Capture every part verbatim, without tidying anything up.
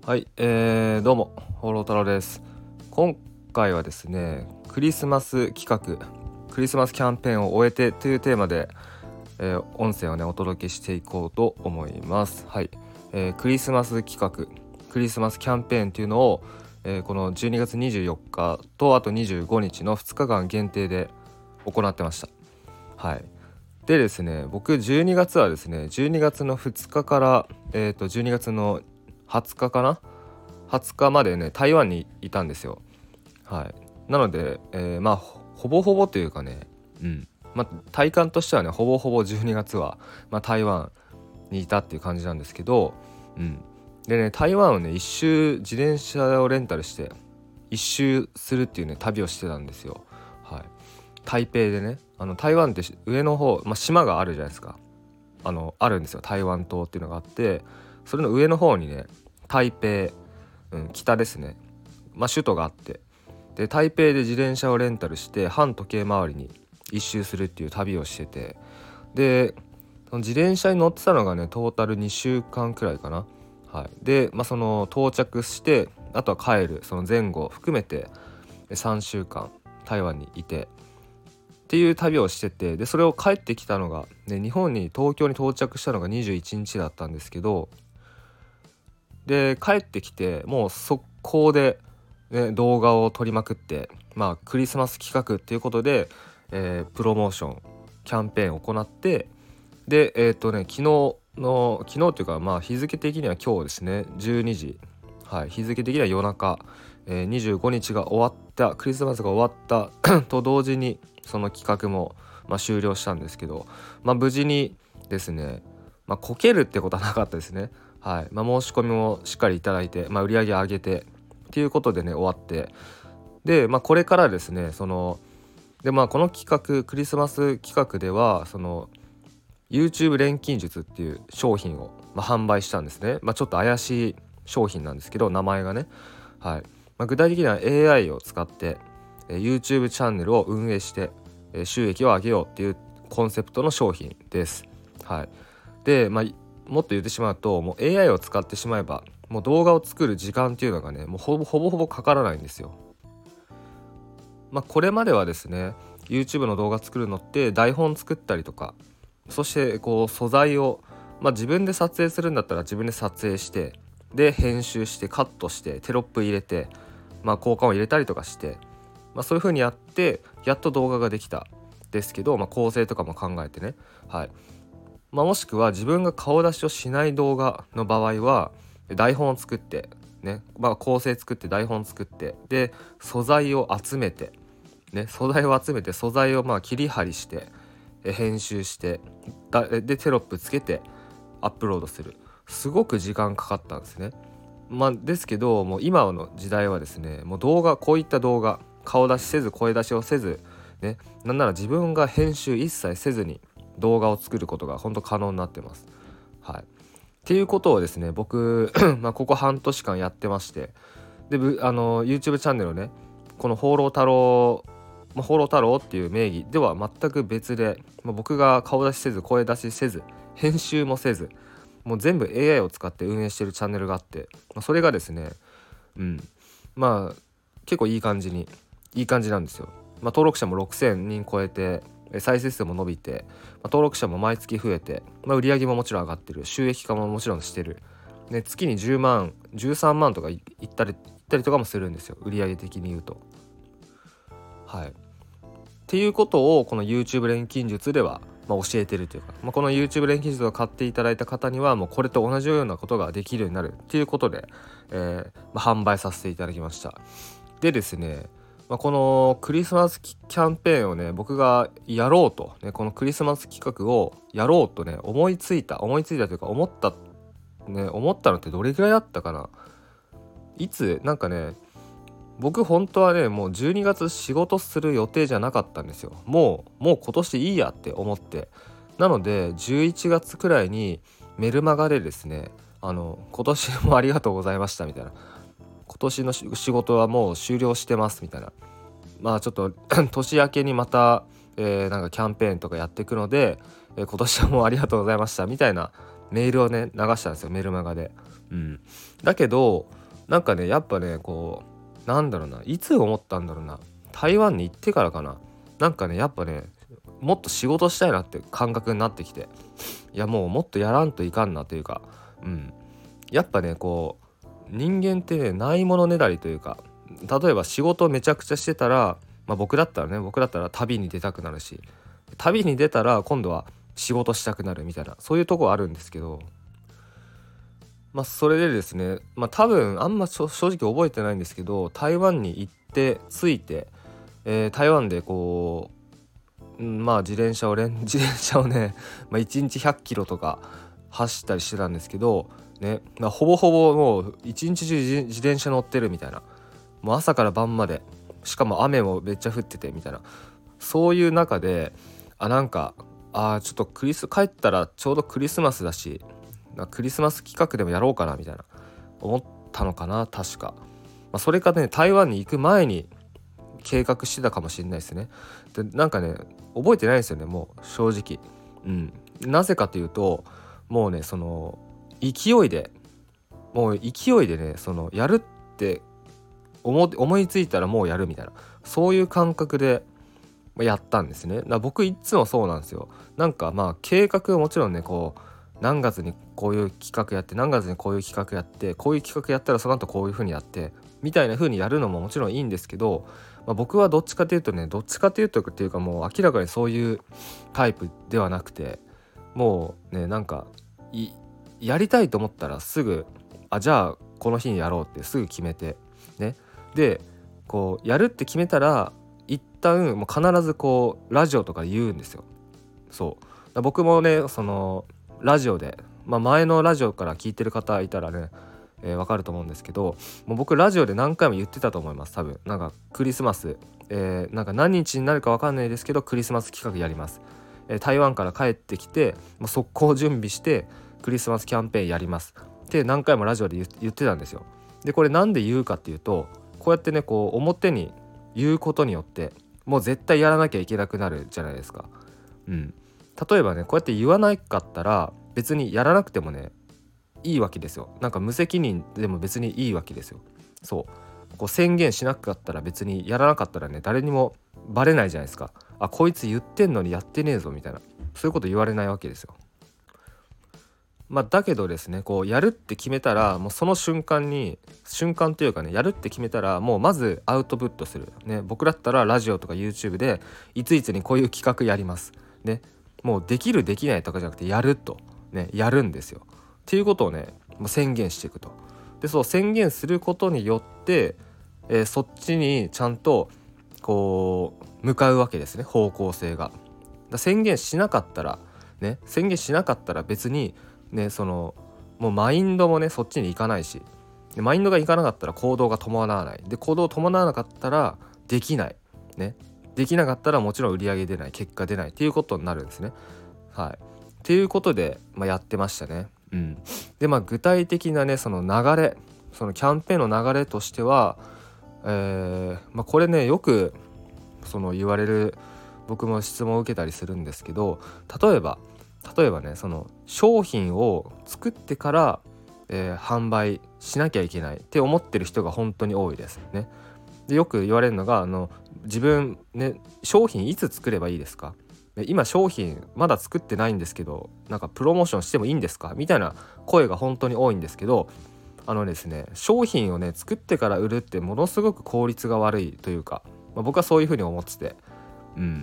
はい、えー、どうも放浪太郎です。今回はですね、クリスマス企画クリスマスキャンペーンを終えてというテーマで、えー、音声をねお届けしていこうと思います。はい、えー、クリスマス企画クリスマスキャンペーンというのを、えー、このじゅうにがつにじゅうよっかとあとにじゅうごにちのふつかかん限定で行ってました。はい。でですね、僕じゅうにがつはですねじゅうにがつのふつかから、えー、とじゅうにがつのはつかかなはつかまでね台湾にいたんですよ。はい。なので、えー、まあほぼほぼというかね、うんまあ、体感としてはねほぼほぼじゅうにがつは、まあ、台湾にいたっていう感じなんですけど、うん、でね台湾をね一周自転車をレンタルして一周するっていうね旅をしてたんですよ。はい。台北でね、あの台湾って上の方、まあ、島があるじゃないですか。あのあるんですよ、台湾島っていうのがあって、それの上の方にね台北、うん、北ですね、まあ、首都があって、で台北で自転車をレンタルして反時計回りに一周するっていう旅をしてて、でその自転車に乗ってたのがねトータルにしゅうかんくらいかな。はい。で、まあ、その到着してあとは帰るその前後含めてさんしゅうかん台湾にいてっていう旅をしてて、でそれを帰ってきたのが、ね、日本に東京に到着したのがにじゅういちにちだったんですけど、で帰ってきてもう速攻で、ね、動画を撮りまくって、まあクリスマス企画っていうことで、えー、プロモーションキャンペーンを行って、でえっ、ー、とね昨日の昨日というかまあ日付的には今日ですねじゅうにじ、はい、日付的には夜中、えー、にじゅうごにちが終わったクリスマスが終わったと同時にその企画も、まあ、終了したんですけど、まあ、無事にですね、まあ、こけるってことはなかったですね。はい。まあ、申し込みもしっかりいただいて、まあ、売り上げ上げてっていうことでね終わって、で、まあ、これからですねそのでまあこの企画クリスマス企画ではその YouTube 錬金術っていう商品を、まあ、販売したんですね。まあ、ちょっと怪しい商品なんですけど名前がね、はい。まあ、具体的には エーアイ を使って、えー、YouTube チャンネルを運営して、えー、収益を上げようっていうコンセプトの商品です。はい。で、まあ、もっと言ってしまうともう エーアイ を使ってしまえばもう動画を作る時間っていうのがねもうほぼほぼほぼかからないんですよ。まあ、これまではですね YouTube の動画作るのって台本作ったりとか、そしてこう素材を、まあ、自分で撮影するんだったら自分で撮影してで編集してカットしてテロップ入れて、まあ、効果を入れたりとかして、まあ、そういう風にやってやっと動画ができたですけど、まあ、構成とかも考えてね、はい。まあ、もしくは自分が顔出しをしない動画の場合は台本を作ってね、まあ、構成作って台本作ってで素材を集めてね素材を集めて素材をまあ切り張りして編集してだでテロップつけてアップロードする、すごく時間かかったんですね。まあですけどもう今の時代はですねもう動画こういった動画顔出しせず声出しをせずね、なんなら自分が編集一切せずに動画を作ることが本当可能になってます。はい。っていうことをですね僕まあここ半年間やってまして、であの YouTube チャンネルをねこの放浪太郎まあ、放浪太郎っていう名義では全く別で、まあ、僕が顔出しせず声出しせず編集もせずもう全部 エーアイ を使って運営してるチャンネルがあって、まあ、それがですねうんまあ結構いい感じにいい感じなんですよ。まあ、登録者もろくせんにん超えて再生数も伸びて、まあ、登録者も毎月増えて、まあ、売り上げももちろん上がってる、収益化ももちろんしてる、ね、月にじゅうまんじゅうさんまんとかいったりいったりとかもするんですよ、売り上げ的に言うと。はい。っていうことをこの YouTube 錬金術では、まあ、教えてるというか、まあ、この YouTube 錬金術を買っていただいた方にはもうこれと同じようなことができるようになるっていうことで、えーまあ、販売させていただきました。でですね、まあ、このクリスマスキャンペーンをね僕がやろうと、ね、このクリスマス企画をやろうとね思いついた思いついたというか思ったね思ったのってどれぐらいだったかな。いつなんかね僕本当はねもうじゅうにがつ仕事する予定じゃなかったんですよ。もうもう今年いいやって思って、なのでじゅういちがつくらいにメルマガでですねあの今年もありがとうございましたみたいな、今年の仕事はもう終了してますみたいな、まあちょっと年明けにまた、えー、なんかキャンペーンとかやっていくので、えー、今年はもうありがとうございましたみたいなメールをね流したんですよ、メルマガで。うん、だけどなんかねやっぱねこうなんだろうないつ思ったんだろうな、台湾に行ってからかな。なんかねやっぱねもっと仕事したいなって感覚になってきて、いやもうもっとやらんといかんなというか、うんやっぱねこう人間ってねないものねだりというか、例えば仕事めちゃくちゃしてたら、まあ、僕だったらね僕だったら旅に出たくなるし、旅に出たら今度は仕事したくなるみたいな、そういうとこあるんですけど、まあそれでですね、まあ多分あんま正直覚えてないんですけど、台湾に行って着いて、えー台湾でこう、うん、まあ自転車を連自転車をね、まあ、いちにちひゃっキロとか走ったりしてたんですけどね、まあ、ほぼほぼもう一日中自自転車乗ってるみたいな、もう朝から晩まで、しかも雨もめっちゃ降っててみたいな、そういう中であなんかあちょっとクリス帰ったらちょうどクリスマスだし、クリスマス企画でもやろうかなみたいな思ったのかな確か、まあ、それかね台湾に行く前に計画してたかもしれないですね。でなんかね覚えてないですよねもう正直、うん、なぜかというともうねその勢いでもう勢いでねそのやるって思思いついたらもうやるみたいな、そういう感覚でやったんですね。だから僕いつもそうなんですよ。なんかまあ計画はもちろんねこう何月にこういう企画やって何月にこういう企画やってこういう企画やったらその後こういう風にやってみたいな風にやるのももちろんいいんですけど、まあ、僕はどっちかというとねどっちかというとっていうかもう明らかにそういうタイプではなくて、もうねなんかいやりたいと思ったらすぐあじゃあこの日にやろうってすぐ決めてね、でこうやるって決めたら一旦もう必ずこうラジオとかで言うんですよ。そう僕もねそのラジオで、まあ、前のラジオから聞いてる方いたらね、えー、分かると思うんですけど、もう僕ラジオで何回も言ってたと思います多分。なんかクリスマス、えー、なんか何日になるか分かんないですけどクリスマス企画やります、えー、台湾から帰ってきてもう速攻準備してクリスマスキャンペーンやりますって何回もラジオで言ってたんですよ。でこれなんで言うかっていうと、こうやってねこう表に言うことによってもう絶対やらなきゃいけなくなるじゃないですか。うん、例えばねこうやって言わなかったら別にやらなくてもねいいわけですよ。なんか無責任でも別にいいわけですよ。そうこう宣言しなかったら別にやらなかったらね誰にもバレないじゃないですか。あこいつ言ってんのにやってねえぞみたいな、そういうこと言われないわけですよ。まあだけどですねこうやるって決めたらもうその瞬間に瞬間というかねやるって決めたらもうまずアウトプットするね。僕だったらラジオとか YouTube でいついつにこういう企画やりますね。もうできるできないとかじゃなくてやるとねやるんですよっていうことをねもう宣言していくと。でそう宣言することによって、えー、そっちにちゃんとこう向かうわけですね、方向性が。だ宣言しなかったらね宣言しなかったら別にねそのもうマインドもねそっちに行かないし、でマインドが行かなかったら行動が伴わない。で行動を伴わなかったらできないね。できなかったらもちろん売り上げ出ない、結果出ないっていうことになるんですね。はいっていうことで、まあ、やってましたね。うん、でまあ具体的なねその流れ、そのキャンペーンの流れとしては、えーまあ、これねよくその言われる、僕も質問を受けたりするんですけど、例えば例えばねその商品を作ってから、えー、販売しなきゃいけないって思ってる人が本当に多いですね。でよく言われるのがあの自分ね商品いつ作ればいいですか、今商品まだ作ってないんですけどなんかプロモーションしてもいいんですかみたいな声が本当に多いんですけど、あのですね商品をね作ってから売るってものすごく効率が悪いというか、まあ、僕はそういうふうに思ってて、うん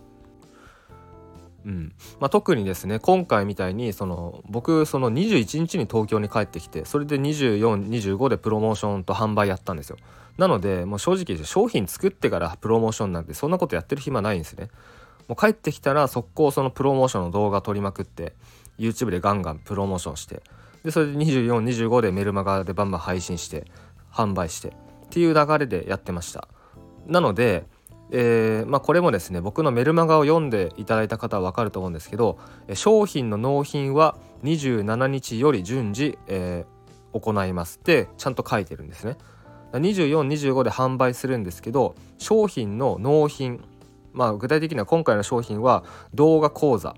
うんまあ、特にですね今回みたいにその僕そのにじゅういちにちに東京に帰ってきて、それでにじゅうよん、にじゅうごでプロモーションと販売やったんですよ。なのでもう正直商品作ってからプロモーションなんてそんなことやってる暇ないんですね。もう帰ってきたら速攻そのプロモーションの動画撮りまくって YouTube でガンガンプロモーションして、でそれでにじゅうよん、にじゅうごでメルマガでバンバン配信して販売してっていう流れでやってました。なのでえーまあ、これもですね僕のメルマガを読んでいただいた方は分かると思うんですけど、商品の納品はにじゅうしちにちより順次、えー、行いますってちゃんと書いてるんですね。にじゅうよん、にじゅうごで販売するんですけど、商品の納品、まあ具体的には今回の商品は動画講座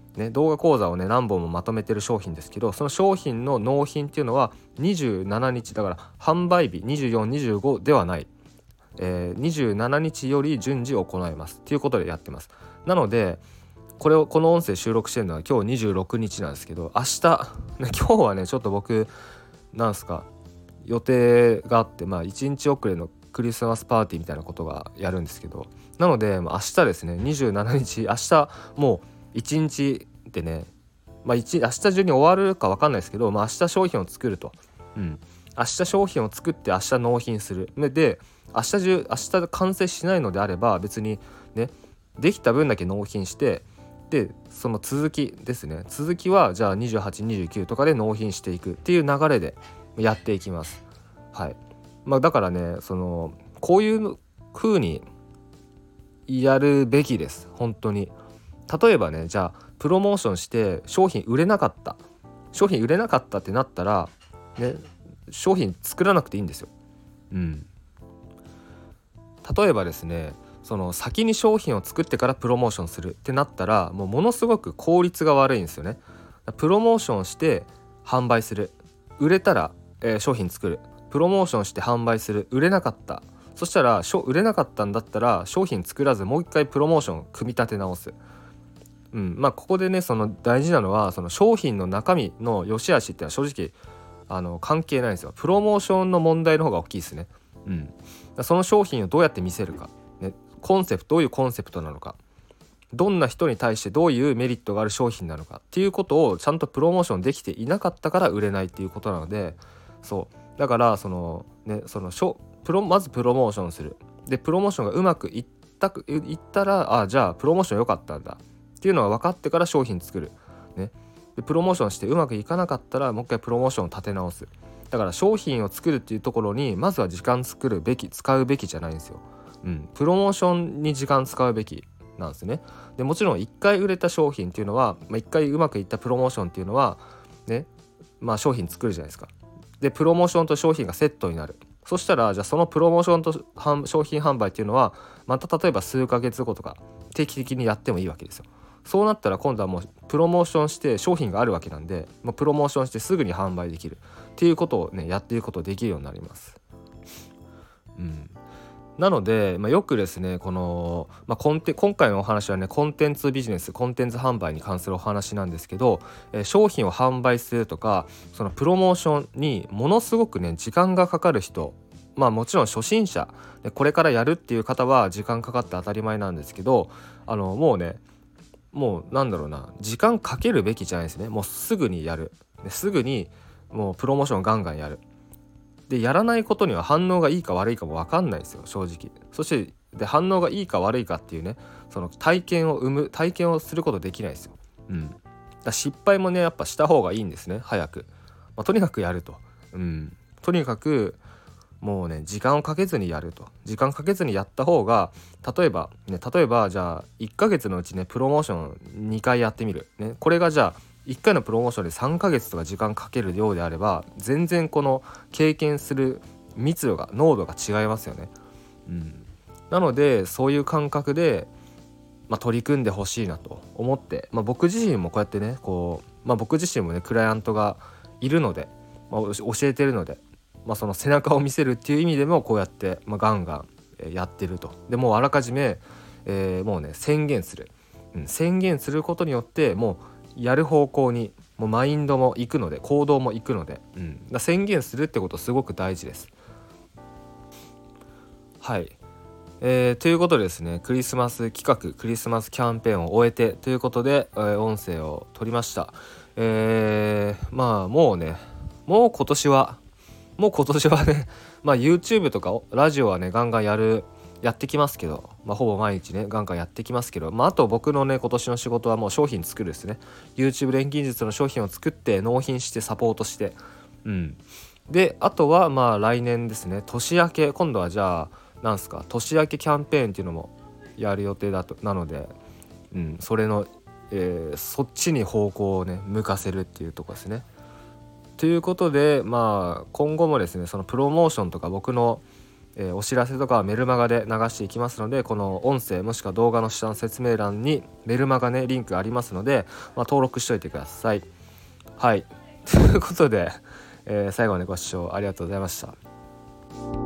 ね、動画講座をね何本もまとめてる商品ですけど、その商品の納品っていうのはにじゅうしちにちだから、販売日にじゅうよん、にじゅうごではない、えー、にじゅうしちにちより順次行いますっていうことでやってます。なのでこれをこの音声収録してるのは今日にじゅうろくにちなんですけど、明日、ね、今日はねちょっと僕なんすか予定があって、まあいちにち遅れのクリスマスパーティーみたいなことがやるんですけど、なので明日ですねにじゅうしちにち、明日もういちにちでね、まあ明日中に終わるか分かんないですけど、まあ、明日商品を作ると、うん、明日商品を作って明日納品するで、明日中明日完成しないのであれば別にねできた分だけ納品して、でその続きですね、続きはじゃあにじゅうはち、にじゅうきゅうとかで納品していくっていう流れでやっていきます。はい。まあだからね、そのこういう風にやるべきです本当に。例えばね、じゃあプロモーションして商品売れなかった商品売れなかったってなったらね、商品作らなくていいんですよ。うん。例えばですね、その先に商品を作ってからプロモーションするってなったらもうものすごく効率が悪いんですよね。プロモーションして販売する、売れたら、えー商品作る、プロモーションして販売する、売れなかった、そしたら売れなかったんだったら商品作らずもう一回プロモーションを組み立て直す。うん、まあここでねその大事なのはその商品の中身の良し悪しっていうのは正直あの関係ないんですよ。プロモーションの問題の方が大きいですね。うん、その商品をどうやって見せるか、ね、コンセプトどういうコンセプトなのか、どんな人に対してどういうメリットがある商品なのかっていうことをちゃんとプロモーションできていなかったから売れないっていうことなので、そうだからそのねそのプロまずプロモーションする、でプロモーションがうまくいったいったら、あじゃあプロモーション良かったんだっていうのが分かってから商品作る、ね、でプロモーションしてうまくいかなかったらもう一回プロモーションを立て直す。だから商品を作るっていうところにまずは時間作るべき使うべきじゃないんですよ。うん、プロモーションに時間使うべきなんですね。でもちろんいっかい売れた商品っていうのは、まあ、いっかいうまくいったプロモーションっていうのはね、まあ商品作るじゃないですか。でプロモーションと商品がセットになる。そしたらじゃあそのプロモーションと商品販売っていうのはまた例えば数ヶ月後とか定期的にやってもいいわけですよ。そうなったら今度はもうプロモーションして商品があるわけなんで、まあ、プロモーションしてすぐに販売できるっていうことをねやっていくことできるようになります。うん、なので、まあ、よくですねこの、まあ、コンテ今回のお話はねコンテンツビジネスコンテンツ販売に関するお話なんですけど、えー商品を販売するとかそのプロモーションにものすごくね時間がかかる人、まあもちろん初心者でこれからやるっていう方は時間かかって当たり前なんですけど、あのもうねもうなんだろうな時間かけるべきじゃないですね。もうすぐにやる、ですぐにもうプロモーションガンガンやる。でやらないことには反応がいいか悪いかも分かんないですよ正直。そしてで反応がいいか悪いかっていうねその体験を生む体験をすることできないですよ。うん、だ失敗もねやっぱした方がいいんですね早く、まあ、とにかくやると、うん、とにかくもうね時間をかけずにやると時間かけずにやった方が例えばね例えばじゃあいっかげつのうちねプロモーションにかいやってみる、ね、これがじゃあいっかいのプロモーションでさんかげつとか時間かけるようであれば全然この経験する密度が濃度が違いますよね。うん、なのでそういう感覚で、まあ、取り組んでほしいなと思って、まあ、僕自身もこうやってねこう、まあ、僕自身もねクライアントがいるので、まあ、教えてるので、まあ、その背中を見せるっていう意味でもこうやって、まあ、ガンガンやってると。でもうあらかじめ、えー、もうね宣言する、うん、宣言することによってもうやる方向にもうマインドも行くので行動も行くので、うん、だ宣言するってことすごく大事です。はい、えー、ということでですねクリスマス企画クリスマスキャンペーンを終えてということで、えー、音声を取りました。えー、まあもうねもう今年はもう今年はねまあ YouTube とかラジオはねガンガンやるやってきますけど、まあ、ほぼ毎日ねガンガンやってきますけど、まあ、あと僕のね今年の仕事はもう商品作るですね。 YouTube 錬金術の商品を作って納品してサポートして、うんであとはまあ来年ですね年明け今度はじゃあなんすか年明けキャンペーンっていうのもやる予定だとなので、うん、それの、えー、そっちに方向をね向かせるっていうところですね。ということでまあ今後もですねそのプロモーションとか僕のえー、お知らせとかはメルマガで流していきますので、この音声もしくは動画の下の説明欄にメルマガねリンクありますので、まあ、登録しておいてください。はいということで、えー、最後までご視聴ありがとうございました。